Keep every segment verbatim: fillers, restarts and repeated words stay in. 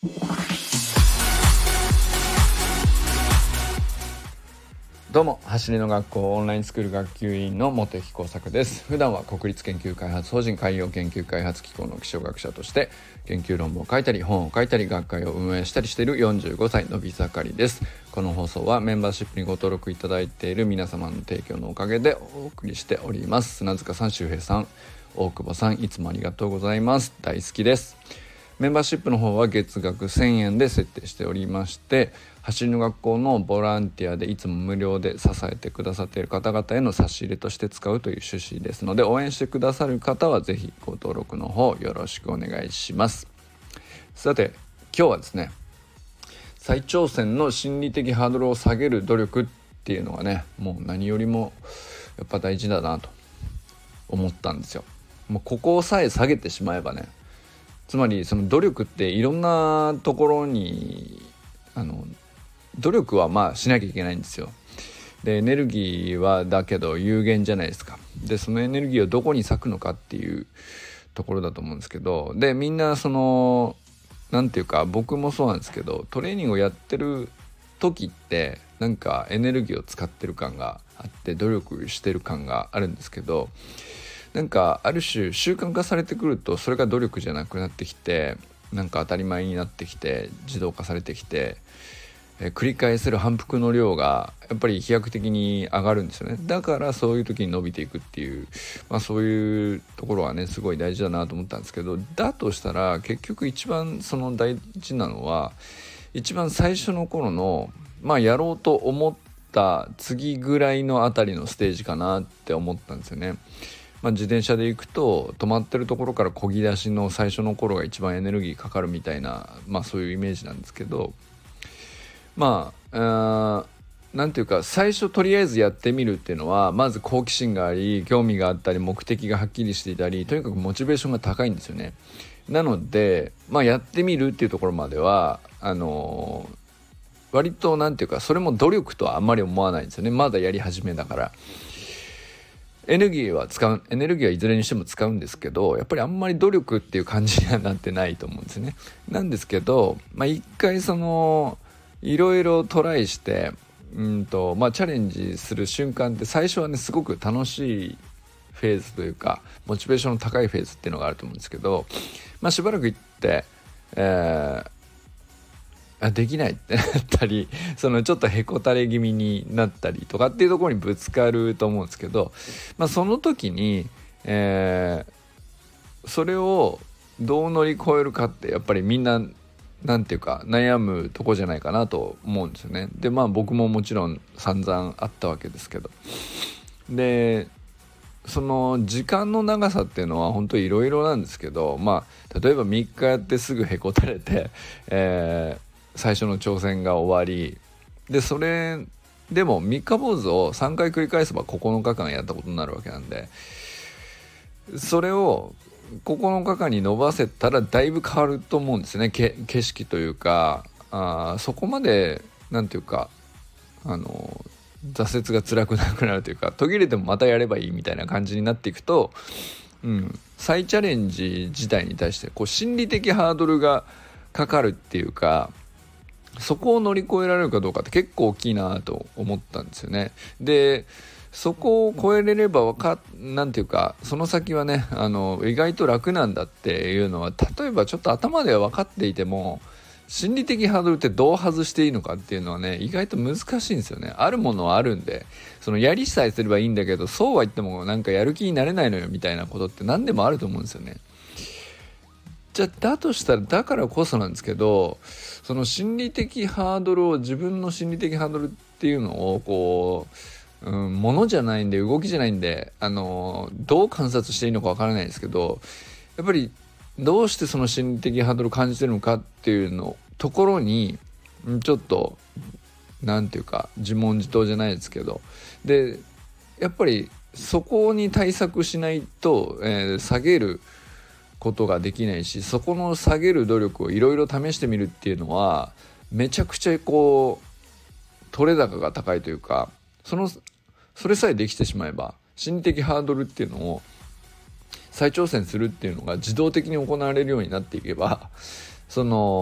どうも、走りの学校オンラインスクール学級委員の本木耕作です。普段は国立研究開発法人海洋研究開発機構の気象学者として研究論文を書いたり本を書いたり学会を運営したりしているよんじゅうごさいのび盛りです。この放送はメンバーシップにご登録いただいている皆様の提供のおかげでお送りしております。砂塚さん、周平さん、大久保さん、いつもありがとうございます。大好きです。メンバーシップの方は月額せんえんで設定しておりまして、走りの学校のボランティアでいつも無料で支えてくださっている方々への差し入れとして使うという趣旨ですので、応援してくださる方はぜひご登録の方よろしくお願いします。さて、今日はですね、再挑戦の心理的ハードルを下げる努力っていうのがね、もう何よりもやっぱ大事だなと思ったんですよ。もうここさえ下げてしまえばね、つまりその努力っていろんなところにあの努力はまあしなきゃいけないんですよ。でエネルギーはだけど有限じゃないですか。でそのエネルギーをどこに割くのかっていうところだと思うんですけど、でみんなそのなんていうか、僕もそうなんですけど、トレーニングをやってる時ってなんかエネルギーを使ってる感があって努力してる感があるんですけど、なんかある種習慣化されてくるとそれが努力じゃなくなってきて、なんか当たり前になってきて自動化されてきて、えー繰り返せる反復の量がやっぱり飛躍的に上がるんですよね。だからそういう時に伸びていくっていう、まあ、そういうところはねすごい大事だなと思ったんですけど、だとしたら結局一番その大事なのは一番最初の頃のまあやろうと思った次ぐらいのあたりのステージかなって思ったんですよね。まあ、自転車で行くと止まってるところから漕ぎ出しの最初の頃が一番エネルギーかかるみたいな、まあそういうイメージなんですけど、まあなんていうか、最初とりあえずやってみるっていうのはまず好奇心があり興味があったり目的がはっきりしていたり、とにかくモチベーションが高いんですよね。なのでまあやってみるっていうところまではあのー割となんていうか、それも努力とはあんまり思わないんですよね。まだやり始めだから。エネルギーは使うエネルギーはいずれにしても使うんですけど、やっぱりあんまり努力っていう感じにはなってないと思うんですね。なんですけど、まあ一回そのいろいろトライしてうんと、まあ、チャレンジする瞬間って最初はねすごく楽しいフェーズというかモチベーションの高いフェーズっていうのがあると思うんですけど、まあ、しばらくいって、えーあできないってなったり、そのちょっとへこたれ気味になったりとかっていうところにぶつかると思うんですけど、まあ、その時に、えー、それをどう乗り越えるかってやっぱりみんななんていうか悩むとこじゃないかなと思うんですよね。でまあ僕ももちろん散々あったわけですけど、でその時間の長さっていうのは本当にいろいろなんですけど、まあ例えばみっかやってすぐへこたれて、えー最初の挑戦が終わりで、それでも三日坊主をさんかい繰り返せばここのかかんやったことになるわけなんで、それをここのかかんに伸ばせたらだいぶ変わると思うんですね。け景色というか、あそこまでなんていうかあの挫折が辛くなくなるというか、途切れてもまたやればいいみたいな感じになっていくと、うん、再チャレンジ自体に対してこう心理的ハードルがかかるっていうか、そこを乗り越えられるかどうかって結構大きいなと思ったんですよね。でそこを超えれればわかなんていうか、その先はねあの意外と楽なんだっていうのは、例えばちょっと頭では分かっていても心理的ハードルってどう外していいのかっていうのはね意外と難しいんですよね。あるものはあるんで、そのやりさえすればいいんだけど、そうは言ってもなんかやる気になれないのよみたいなことって何でもあると思うんですよね。じゃあだとしたらだからこそなんですけど、その心理的ハードルを自分の心理的ハードルっていうのをこう、うん、ものじゃないんで動きじゃないんで、あのどう観察していいのかわからないですけど、やっぱりどうしてその心理的ハードルを感じてるのかっていうのところにちょっとなんていうか自問自答じゃないですけど、でやっぱりそこに対策しないと、えー、下げることができないし、そこの下げる努力をいろいろ試してみるっていうのはめちゃくちゃこう取れ高が高いというか、そのそれさえできてしまえば心理的ハードルっていうのを再挑戦するっていうのが自動的に行われるようになっていけば、その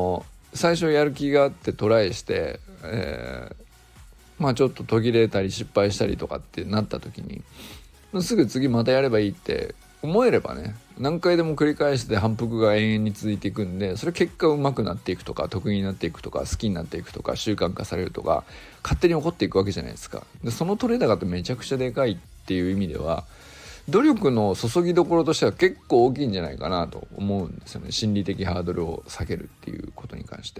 最初やる気があってトライして、えー、まあちょっと途切れたり失敗したりとかってなった時にすぐ次またやればいいって思えればね、何回でも繰り返して反復が永遠に続いていくんで、それ結果上手くなっていくとか得意になっていくとか好きになっていくとか習慣化されるとか勝手に起こっていくわけじゃないですか。でその取れ高ってめちゃくちゃでかいっていう意味では努力の注ぎどころとしては結構大きいんじゃないかなと思うんですよね。心理的ハードルを下げるっていうことに関して。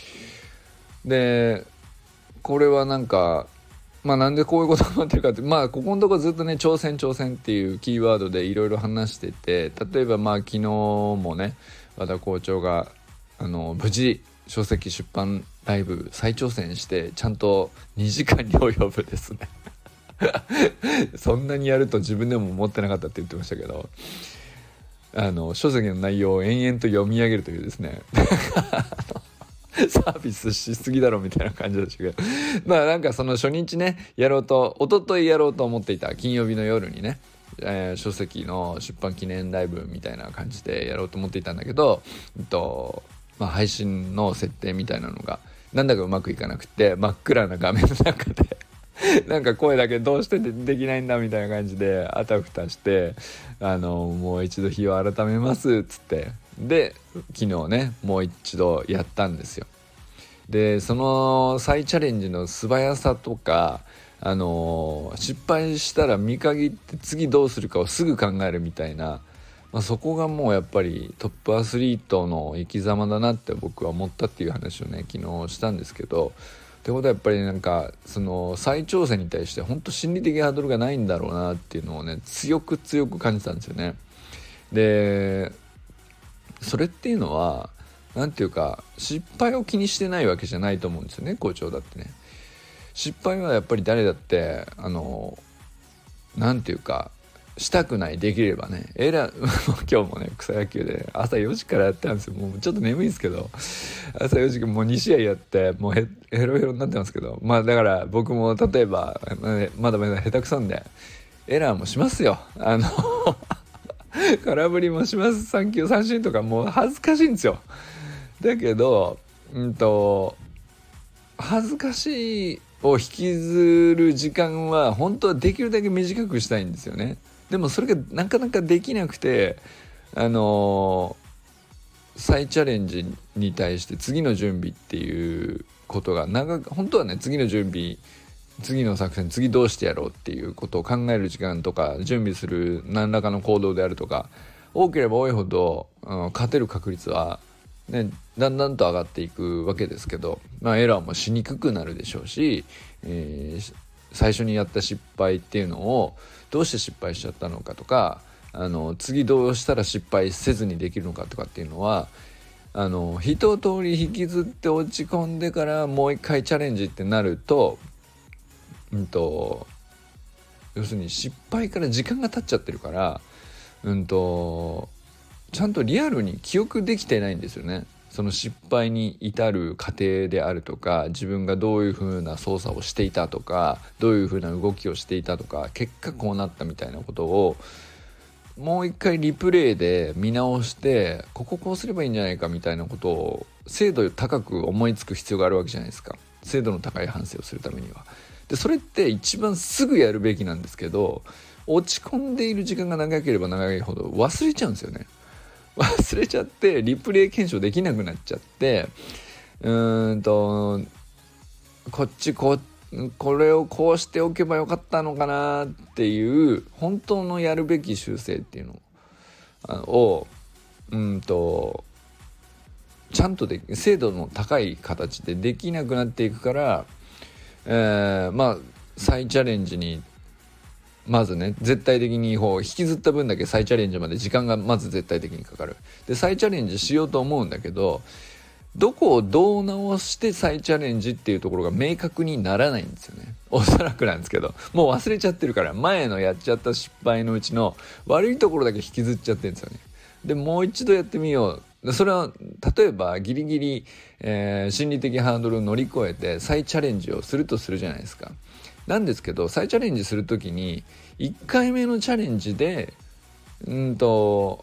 でこれはなんかまあなんでこういうことになってるかって、まあここのところずっとね挑戦挑戦っていうキーワードでいろいろ話してて、例えばまあ昨日もね和田校長があの無事書籍出版ライブ再挑戦してちゃんとにじかんに及ぶですねそんなにやると自分でも思ってなかったって言ってましたけど、あの書籍の内容を延々と読み上げるというですねサービスしすぎだろみたいな感じでしたけどまあなんかその初日ねやろうと一昨日やろうと思っていた金曜日の夜にね、えー、書籍の出版記念ライブみたいな感じでやろうと思っていたんだけど、えっとまあ、配信の設定みたいなのがなんだかうまくいかなくて真っ暗な画面の中でなんか声だけどうしてできないんだみたいな感じであたふたして、あのもう一度日を改めますっつってで昨日ねもう一度やったんですよ。でその再チャレンジの素早さとか、あの失敗したら見限って次どうするかをすぐ考えるみたいな、まあ、そこがもうやっぱりトップアスリートの生き様だなって僕は思ったっていう話をね昨日したんですけど、ってことはやっぱりなんかその再挑戦に対して本当心理的ハードルがないんだろうなっていうのをね強く強く感じたんですよね。でそれっていうのはなんていうか失敗を気にしてないわけじゃないと思うんですよね。校長だってね失敗はやっぱり誰だってあのなんていうかしたくない、できればねエラー今日もね草野球で朝よじからやったんですよ。もうちょっと眠いんですけど朝よじからもうに試合やってもうヘヘロヘロになってますけど、まあだから僕も例えばまだまだ下手くそんでエラーもしますよ。あの空振りもします。三球三振とかもう恥ずかしいんですよ。だけどうんと恥ずかしいを引きずる時間は本当はできるだけ短くしたいんですよね。でもそれがなかなかできなくて、あのー、再チャレンジに対して次の準備っていうことが長く本当はね次の準備次の作戦次どうしてやろうっていうことを考える時間とか準備する何らかの行動であるとか多ければ多いほど、うん、勝てる確率はね、だんだんと上がっていくわけですけど、まあ、エラーもしにくくなるでしょうし、えー、最初にやった失敗っていうのをどうして失敗しちゃったのかとか、あの次どうしたら失敗せずにできるのかとかっていうのはあの一通り引きずって落ち込んでからもう一回チャレンジってなると、うんと要するに失敗から時間が経っちゃってるから、うんとちゃんとリアルに記憶できてないんですよね。その失敗に至る過程であるとか自分がどういう風な操作をしていたとかどういう風な動きをしていたとか結果こうなったみたいなことをもう一回リプレイで見直してこここうすればいいんじゃないかみたいなことを精度高く思いつく必要があるわけじゃないですか。精度の高い反省をするためには。でそれって一番すぐやるべきなんですけど落ち込んでいる時間が長ければ長いほど忘れちゃうんですよね。忘れちゃってリプレイ検証できなくなっちゃってうーんとこっちここれをこうしておけばよかったのかなっていう本当のやるべき修正っていうのをうんとちゃんとで精度の高い形でできなくなっていくから、えー、まあ再チャレンジにまずね絶対的にこう引きずった分だけ再チャレンジまで時間がまず絶対的にかかる。で再チャレンジしようと思うんだけどどこをどう直して再チャレンジっていうところが明確にならないんですよね。おそらくなんですけどもう忘れちゃってるから前のやっちゃった失敗のうちの悪いところだけ引きずっちゃってるんですよね。でもう一度やってみよう。それは例えばギリギリ、えー、心理的ハードルを乗り越えて再チャレンジをするとするじゃないですか。なんですけど再チャレンジするときにいっかいめのチャレンジでうんと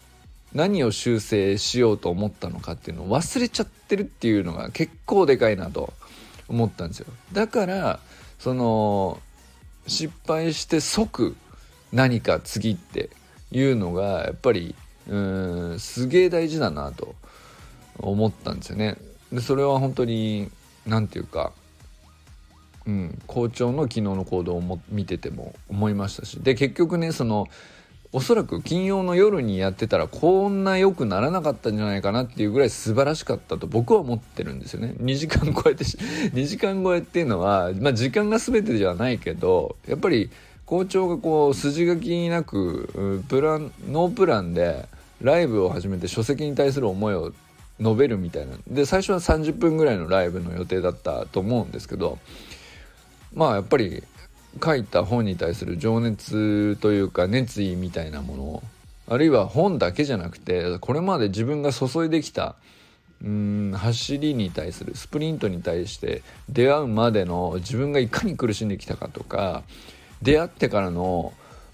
何を修正しようと思ったのかっていうのを忘れちゃってるっていうのが結構でかいなと思ったんですよ。だからその失敗して即何か次っていうのがやっぱりうーんすげえ大事だなと思ったんですよね。でそれは本当になんていうか、うん、校長の昨日の行動をも見てても思いましたし、で結局ねそのおそらく金曜の夜にやってたらこんな良くならなかったんじゃないかなっていうぐらい素晴らしかったと僕は思ってるんですよね。にじかん超えてにじかん超えっていうのは、まあ、時間が全てではないけどやっぱり校長がこう筋書きなくプランノープランでライブを始めて書籍に対する思いを述べるみたいなで、最初はさんじゅっぷんぐらいのライブの予定だったと思うんですけど、まあやっぱり書いた本に対する情熱というか熱意みたいなものを、あるいは本だけじゃなくてこれまで自分が注いできたうーん走りに対するスプリントに対して出会うまでの自分がいかに苦しんできたかとか、出会ってからの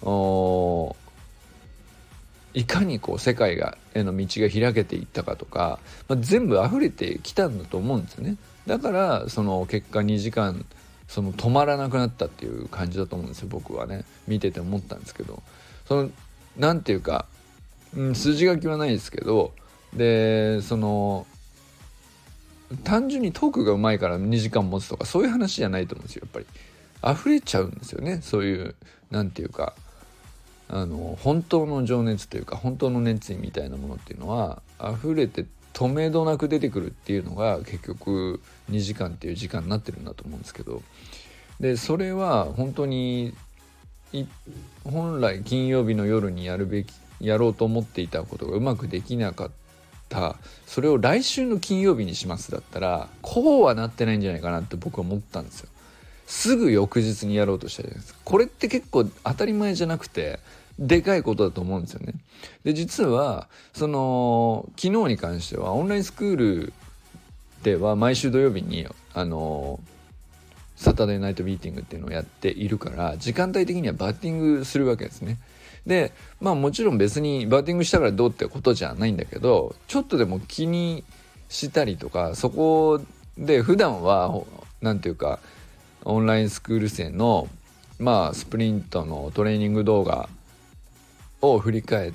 いかにこう世界がへの道が開けていったかとか、まあ、全部溢れてきたんだと思うんですよね。だからその結果にじかんその止まらなくなったっていう感じだと思うんですよ。僕はね見てて思ったんですけど、そのなんていうか、うん、筋書きはないですけど、でその単純にトークがうまいからにじかん持つとかそういう話じゃないと思うんですよ。やっぱり溢れちゃうんですよね。そういうなんていうかあの本当の情熱というか本当の熱意みたいなものっていうのは溢れて止めどなく出てくるっていうのが結局にじかんっていう時間になってるんだと思うんですけど、でそれは本当に本来金曜日の夜にやるべきやろうと思っていたことがうまくできなかった、それを来週の金曜日にしますだったらこうはなってないんじゃないかなって僕は思ったんですよ。すぐ翌日にやろうとしたじゃないですか。これって結構当たり前じゃなくてでかいことだと思うんですよね。で実はその昨日に関してはオンラインスクールでは毎週土曜日にあのサタデーナイトミーティングっていうのをやっているから時間帯的にはバッティングするわけですね。でまあもちろん別にバッティングしたからどうってことじゃないんだけど、ちょっとでも気にしたりとか、そこで普段はなんていうかオンラインスクール生のまあスプリントのトレーニング動画を振り返って、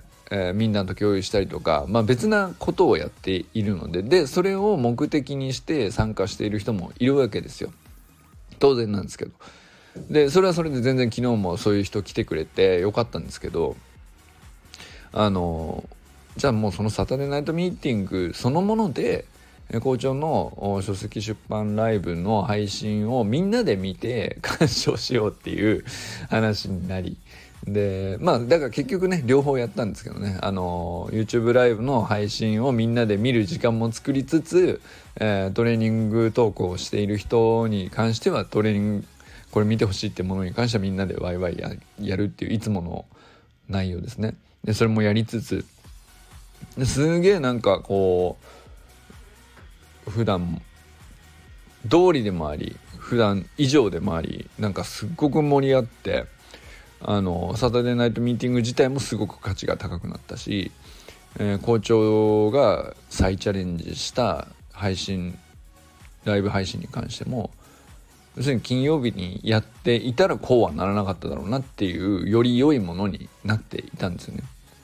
えー、みんなと共有したりとか、まあ、別なことをやっているので、でそれを目的にして参加している人もいるわけですよ。当然なんですけど、でそれはそれで全然昨日もそういう人来てくれてよかったんですけど、あのじゃあもうそのサタデーナイトミーティングそのもので校長の書籍出版ライブの配信をみんなで見て鑑賞しようっていう話になり、でまあだから結局ね両方やったんですけどね、あの YouTube ライブの配信をみんなで見る時間も作りつつ、えー、トレーニング投稿をしている人に関してはトレーニングこれ見てほしいってものに関してはみんなでワイワイ や, やるっていういつもの内容ですね。でそれもやりつつですげえなんかこう普段通りでもあり普段以上でもあり、なんかすっごく盛り上がって、あのサタデーナイトミーティング自体もすごく価値が高くなったし、えー、校長が再チャレンジした配信ライブ配信に関しても要するに金曜日にやっていたらこうはならなかっただろうなっていうより良いものになっていたんですよね。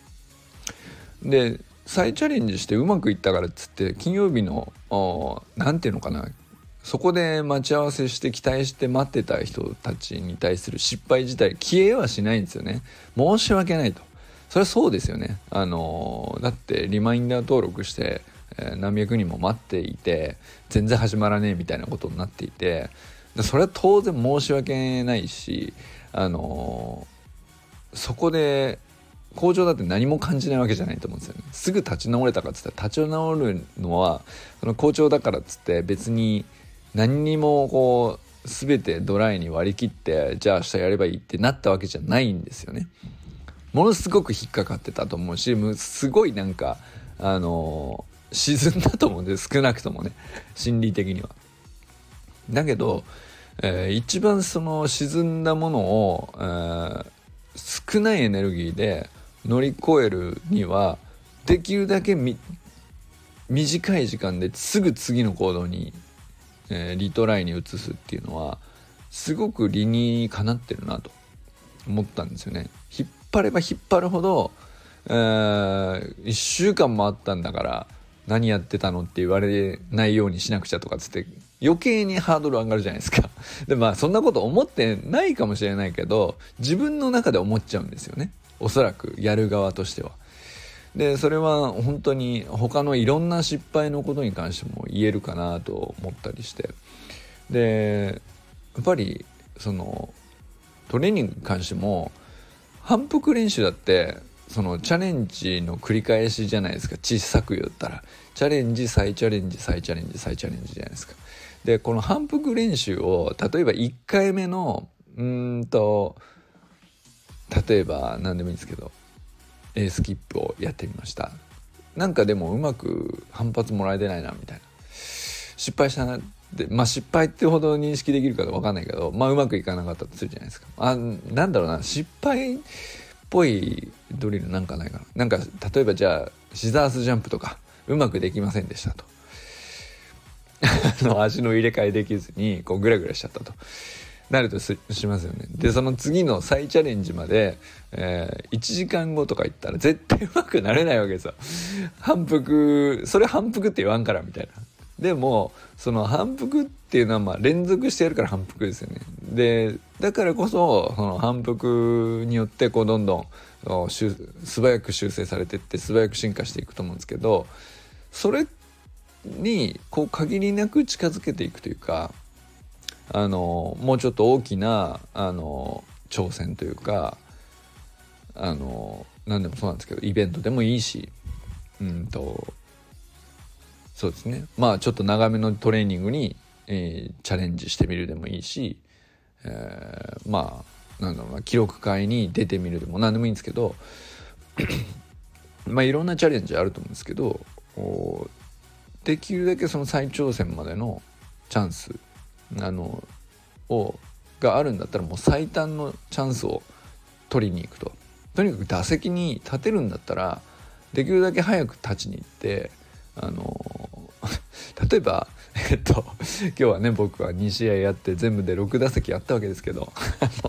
で再チャレンジしてうまくいったからっつって金曜日のなんていうのかな、そこで待ち合わせして期待して待ってた人たちに対する失敗自体消えはしないんですよね。申し訳ないと。それはそうですよね。あのだってリマインダー登録して、えー、何百人も待っていて全然始まらねえみたいなことになっていて、それは当然申し訳ないし、あのそこで校長だって何も感じないわけじゃないと思うんですよね。すぐ立ち直れたかっつったら立ち直るのはその校長だからっつって別に何にもこう全てドライに割り切ってじゃあ明日やればいいってなったわけじゃないんですよね。ものすごく引っかかってたと思うし、すごいなんかあのー、沈んだと思うんです、少なくともね心理的には。だけど、えー、一番その沈んだものを、えー、少ないエネルギーで乗り越えるにはできるだけみ短い時間ですぐ次の行動に、えー、リトライに移すっていうのはすごく理にかなってるなと思ったんですよね。引っ張れば引っ張るほど、えー、いっしゅうかんもあったんだから何やってたのって言われないようにしなくちゃとかつって余計にハードル上がるじゃないですか。でまあそんなこと思ってないかもしれないけど自分の中で思っちゃうんですよね、おそらくやる側としては。でそれは本当に他のいろんな失敗のことに関しても言えるかなと思ったりして、でやっぱりそのトレーニングに関しても反復練習だってそのチャレンジの繰り返しじゃないですか。小さく言ったらチャレンジ再チャレンジ再チャレンジ再チャレンジじゃないですか。でこの反復練習を例えばいっかいめのうーんと例えば何でもいいんですけどエースキップをやってみました。なんかでもうまく反発もらえてないなみたいな、失敗したなって、まあ失敗ってほど認識できるか分かんないけど、まあうまくいかなかったとするじゃないですか。あ、なんだろうな、失敗っぽいドリルなんかないかな。なんか例えばじゃあシザースジャンプとかうまくできませんでしたとあの足の入れ替えできずにこうグラグラしちゃったとなるとしますよね。でその次の再チャレンジまで、えー、いちじかんごとか言ったら絶対うまくなれないわけですよ。反復、それ反復って言わんからみたいな。でもその反復っていうのはまあ連続してやるから反復ですよね。でだからこそその反復によってこうどんどん素早く修正されていって素早く進化していくと思うんですけど、それにこう限りなく近づけていくというか、あのもうちょっと大きなあの挑戦というか、あの何でもそうなんですけどイベントでもいいし、うんとそうですね、まあちょっと長めのトレーニングに、えー、チャレンジしてみるでもいいし、えー、まあなんだろうな、記録会に出てみるでも何でもいいんですけどまあいろんなチャレンジあると思うんですけど、できるだけその再挑戦までのチャンスあのをがあるんだったらもう最短のチャンスを取りに行くと。とにかく打席に立てるんだったらできるだけ早く立ちに行って、あの例えばえっと今日はね僕はに試合やって全部でろく打席やったわけですけど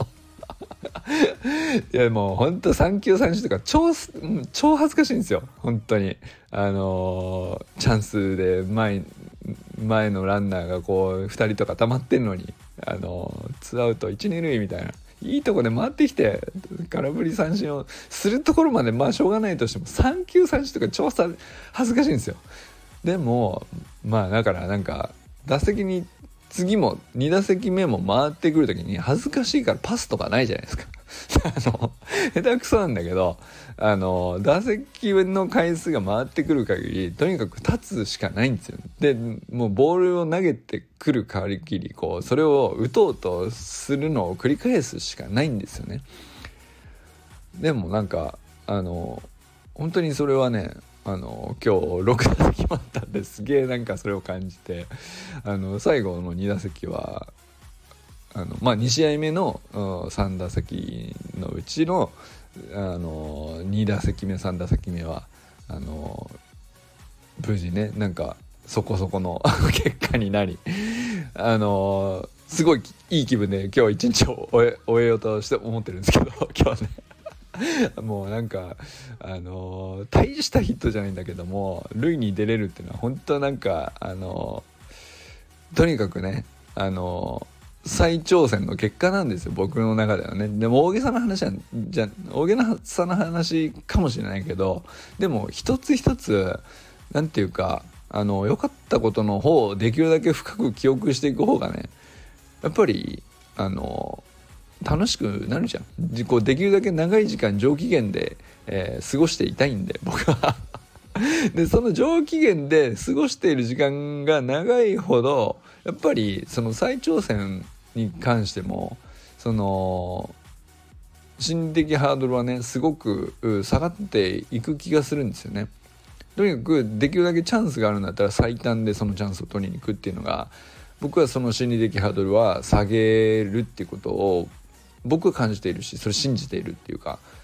いやもうほんとさん球さん振とか超超恥ずかしいんですよ本当に。あのー、チャンスで前前のランナーがこうふたりとか溜まってんのに、あのー、ツーアウトいちに塁みたいないいとこで回ってきて空振り三振をするところまでまあしょうがないとしてもさん球さん振とか超さ恥ずかしいんですよ。でもまあだからなんか打席に次もに打席目も回ってくるときに恥ずかしいからパスとかないじゃないですかあの下手くそなんだけど、あの打席の回数が回ってくる限りとにかく立つしかないんですよ。でもうボールを投げてくる限りこうそれを打とうとするのを繰り返すしかないんですよね。でもなんかあの本当にそれはね、あの今日ろく打席もあったんですげえなんかそれを感じて、あの最後のに打席はあのまあに試合目のさん打席のうちのあのに打席目さん打席目はあの無事ねなんかそこそこの結果になり、あのすごいいい気分で今日一日を終え、終えようとして思ってるんですけど今日ねもうなんかあの大したヒットじゃないんだけども塁に出れるっていうのは本当なんかあのとにかくねあの再挑戦の結果なんですよ僕の中ではね。でも大げさな話はじゃ大げさな話かもしれないけど、でも一つ一つなんていうかあの良かったことの方をできるだけ深く記憶していく方がねやっぱりあの楽しくなるじゃん。こうできるだけ長い時間上機嫌で、えー、過ごしていたいんで僕はでその上機嫌で過ごしている時間が長いほどやっぱりその再挑戦に関してもその心理的ハードルはねすごく下がっていく気がするんですよね。とにかくできるだけチャンスがあるんだったら最短でそのチャンスを取りに行くっていうのが僕はその心理的ハードルは下げるっていうことを僕は感じているしそれ信じているっていうか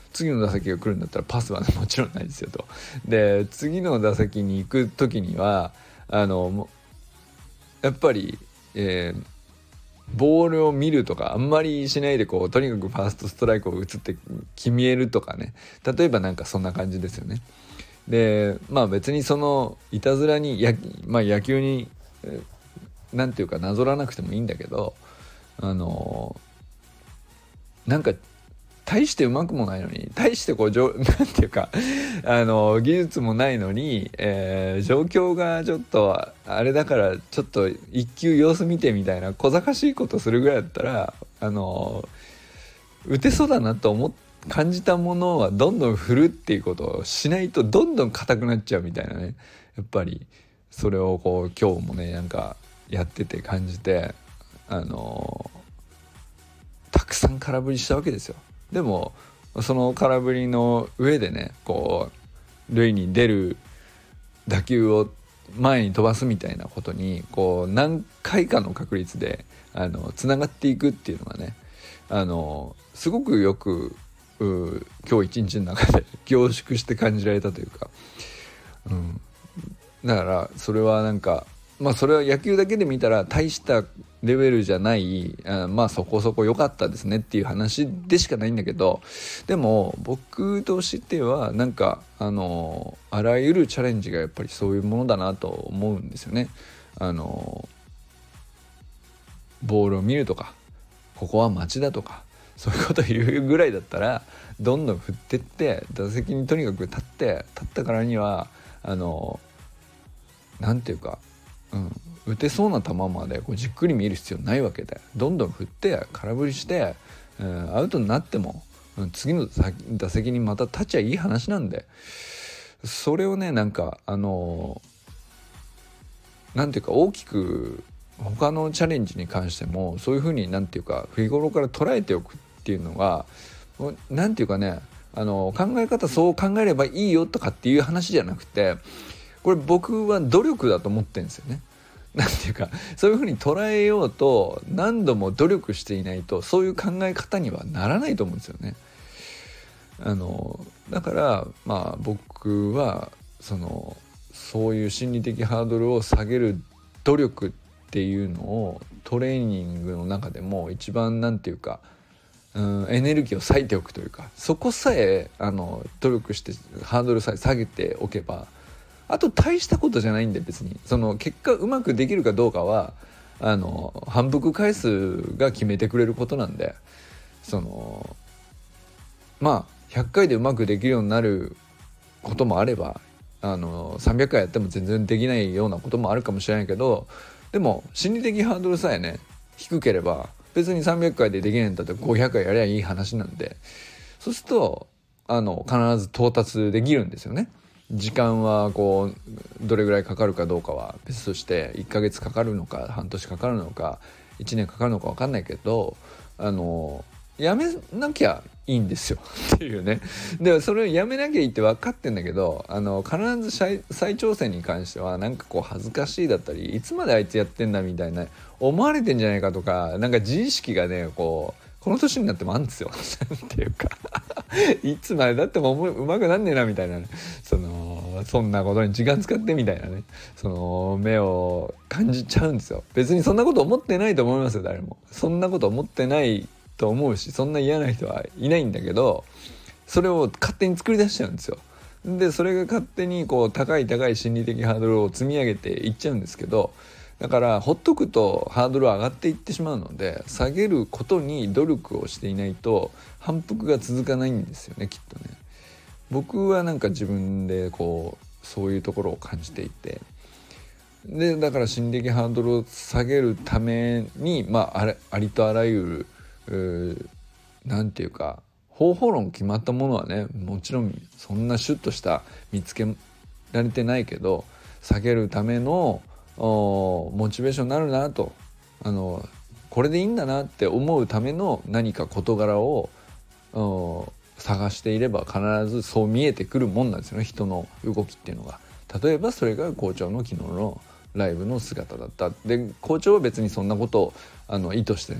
次の打席が来るんだったらパスは、ね、もちろんないですよと。で次の打席に行く時にはあのやっぱり、えー、ボールを見るとかあんまりしないでこうとにかくファーストストライクを打つって決めるとかね、例えばなんかそんな感じですよね。でまあ別にそのいたずらにや、まあ、野球になんていうかなぞらなくてもいいんだけど、あのなんか大してうまくもないのに、大してこうなんていうかあの技術もないのに、えー、状況がちょっとあれだからちょっと一球様子見てみたいな小賢しいことするぐらいだったら、あの打てそうだなと思っ感じたものはどんどん振るっていうことをしないとどんどん硬くなっちゃうみたいなね。やっぱりそれをこう今日もねなんかやってて感じて、あのたくさん空振りしたわけですよ。でもその空振りの上でねこう塁に出る打球を前に飛ばすみたいなことにこう何回かの確率であのつながっていくっていうのがね、あのすごくよく今日一日の中で凝縮して感じられたというか、うん、だからそれはなんかまあそれは野球だけで見たら大したレベルじゃない、あまあそこそこ良かったですねっていう話でしかないんだけど、でも僕としてはなんかあのあらゆるチャレンジがやっぱりそういうものだなと思うんですよね。あのボールを見るとかここは街だとかそういうこと言うぐらいだったらどんどん振ってって打席にとにかく立って立ったからにはあのなんていうか、うん、打てそうな球までこうじっくり見る必要ないわけで、どんどん振って空振りして、うん、アウトになっても、うん、次の打席にまた立ちゃいい話なんで、それをねなんかあのなんていうか大きく他のチャレンジに関してもそういう風になんていうか日頃から捉えておくっていうのがなんていうかね、あの考え方そう考えればいいよとかっていう話じゃなくて、これ僕は努力だと思ってるんですよね。なんていうかそういう風に捉えようと何度も努力していないとそういう考え方にはならないと思うんですよね。あのだからまあ僕はそのそういう心理的ハードルを下げる努力っていうのをトレーニングの中でも一番なんていうか、うん、エネルギーを割いておくというか、そこさえあの努力してハードルさえ下げておけば、あと大したことじゃないんで別にその結果うまくできるかどうかはあの反復回数が決めてくれることなんで、そのまあひゃっかいでうまくできるようになることもあればあのさんびゃっかいやっても全然できないようなこともあるかもしれないけど、でも心理的ハードルさえね低ければ別にさんびゃっかいでできないんだったらごひゃっかいやりゃいい話なんで、そうするとあの必ず到達できるんですよね。時間はこうどれぐらいかかるかどうかは別として、いっかげつかかるのか半年かかるのかいちねんかかるのか分かんないけど、あのやめなきゃいいんですよっていうね。でそれをやめなきゃいいって分かってんだけど、あの必ず再挑戦に関してはなんかこう恥ずかしいだったり、いつまであいつやってんだみたいな思われてんじゃないかとか、なんか自意識がねこうこの年になってもあるんですよっていうかいつまでだってもうまくなんねえなみたいな、ね、そのそんなことに時間使ってみたいなね、その目を感じちゃうんですよ。別にそんなこと思ってないと思いますよ、誰も。そんなこと思ってないと思うし、そんな嫌な人はいないんだけど、それを勝手に作り出しちゃうんですよ。でそれが勝手にこう高い高い心理的ハードルを積み上げていっちゃうんですけど、だからほっとくとハードルは上がっていってしまうので、下げることに努力をしていないと反復が続かないんですよね、きっとね。僕はなんか自分でこうそういうところを感じていて、でだから心理的ハードルを下げるために、まあ、あ, れありとあらゆるなんていうか方法論決まったものはね、もちろんそんなシュッとした見つけられてないけど、下げるためのモチベーションになるなと、あのこれでいいんだなって思うための何か事柄を探していれば必ずそう見えてくるもんなんですよね、人の動きっていうのが。例えばそれが校長の昨日のライブの姿だった。で校長は別にそんなことをあの意図してね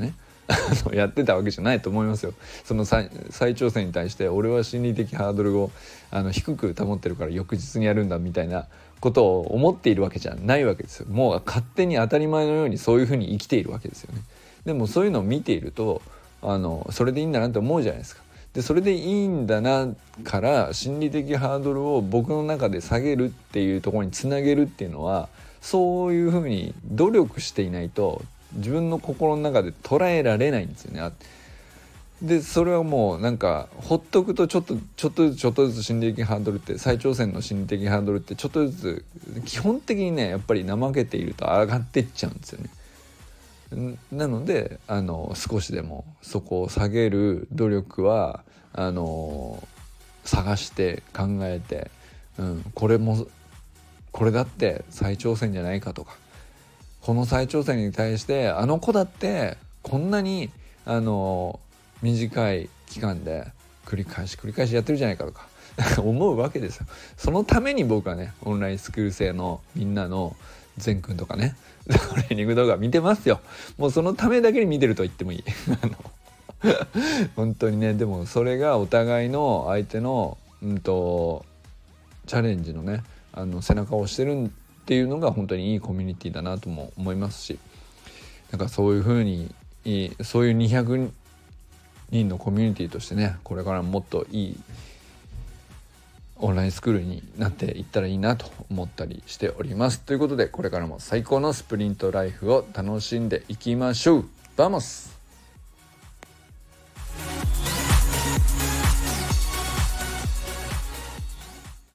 やってたわけじゃないと思いますよ。その再挑戦に対して俺は心理的ハードルをあの低く保ってるから翌日にやるんだみたいなことを思っているわけじゃないわけですよ。もう勝手に当たり前のようにそういうふうに生きているわけですよね。でもそういうのを見ているとあのそれでいいんだなって思うじゃないですか。でそれでいいんだなから心理的ハードルを僕の中で下げるっていうところにつなげるっていうのは、そういうふうに努力していないと自分の心の中で捉えられないんですよね。でそれはもうなんかほっとくとちょっとちょっとずつちょっとずつ心理的ハードルって再挑戦の心理的ハードルってちょっとずつ基本的にねやっぱり怠けていると上がっていっちゃうんですよね。なのであの少しでもそこを下げる努力はあの探して考えて、うん、これもこれだって再挑戦じゃないかとか、この再挑戦に対してあの子だってこんなにあの短い期間で繰り返し繰り返しやってるじゃないかとか思うわけですよ。そのために僕はねオンラインスクール生のみんなの全くんとかねトレーニング動画見てますよ。もうそのためだけに見てると言ってもいいあの本当にね。でもそれがお互いの相手の、うんと、チャレンジのねあの背中を押してるっていうのが本当にいいコミュニティだなとも思いますし、なんかそういう風にそういうにひゃくにんのコミュニティとしてねこれからもっといいオンラインスクールになっていったらいいなと思ったりしております。ということでこれからも最高のスプリントライフを楽しんでいきましょう。バモス。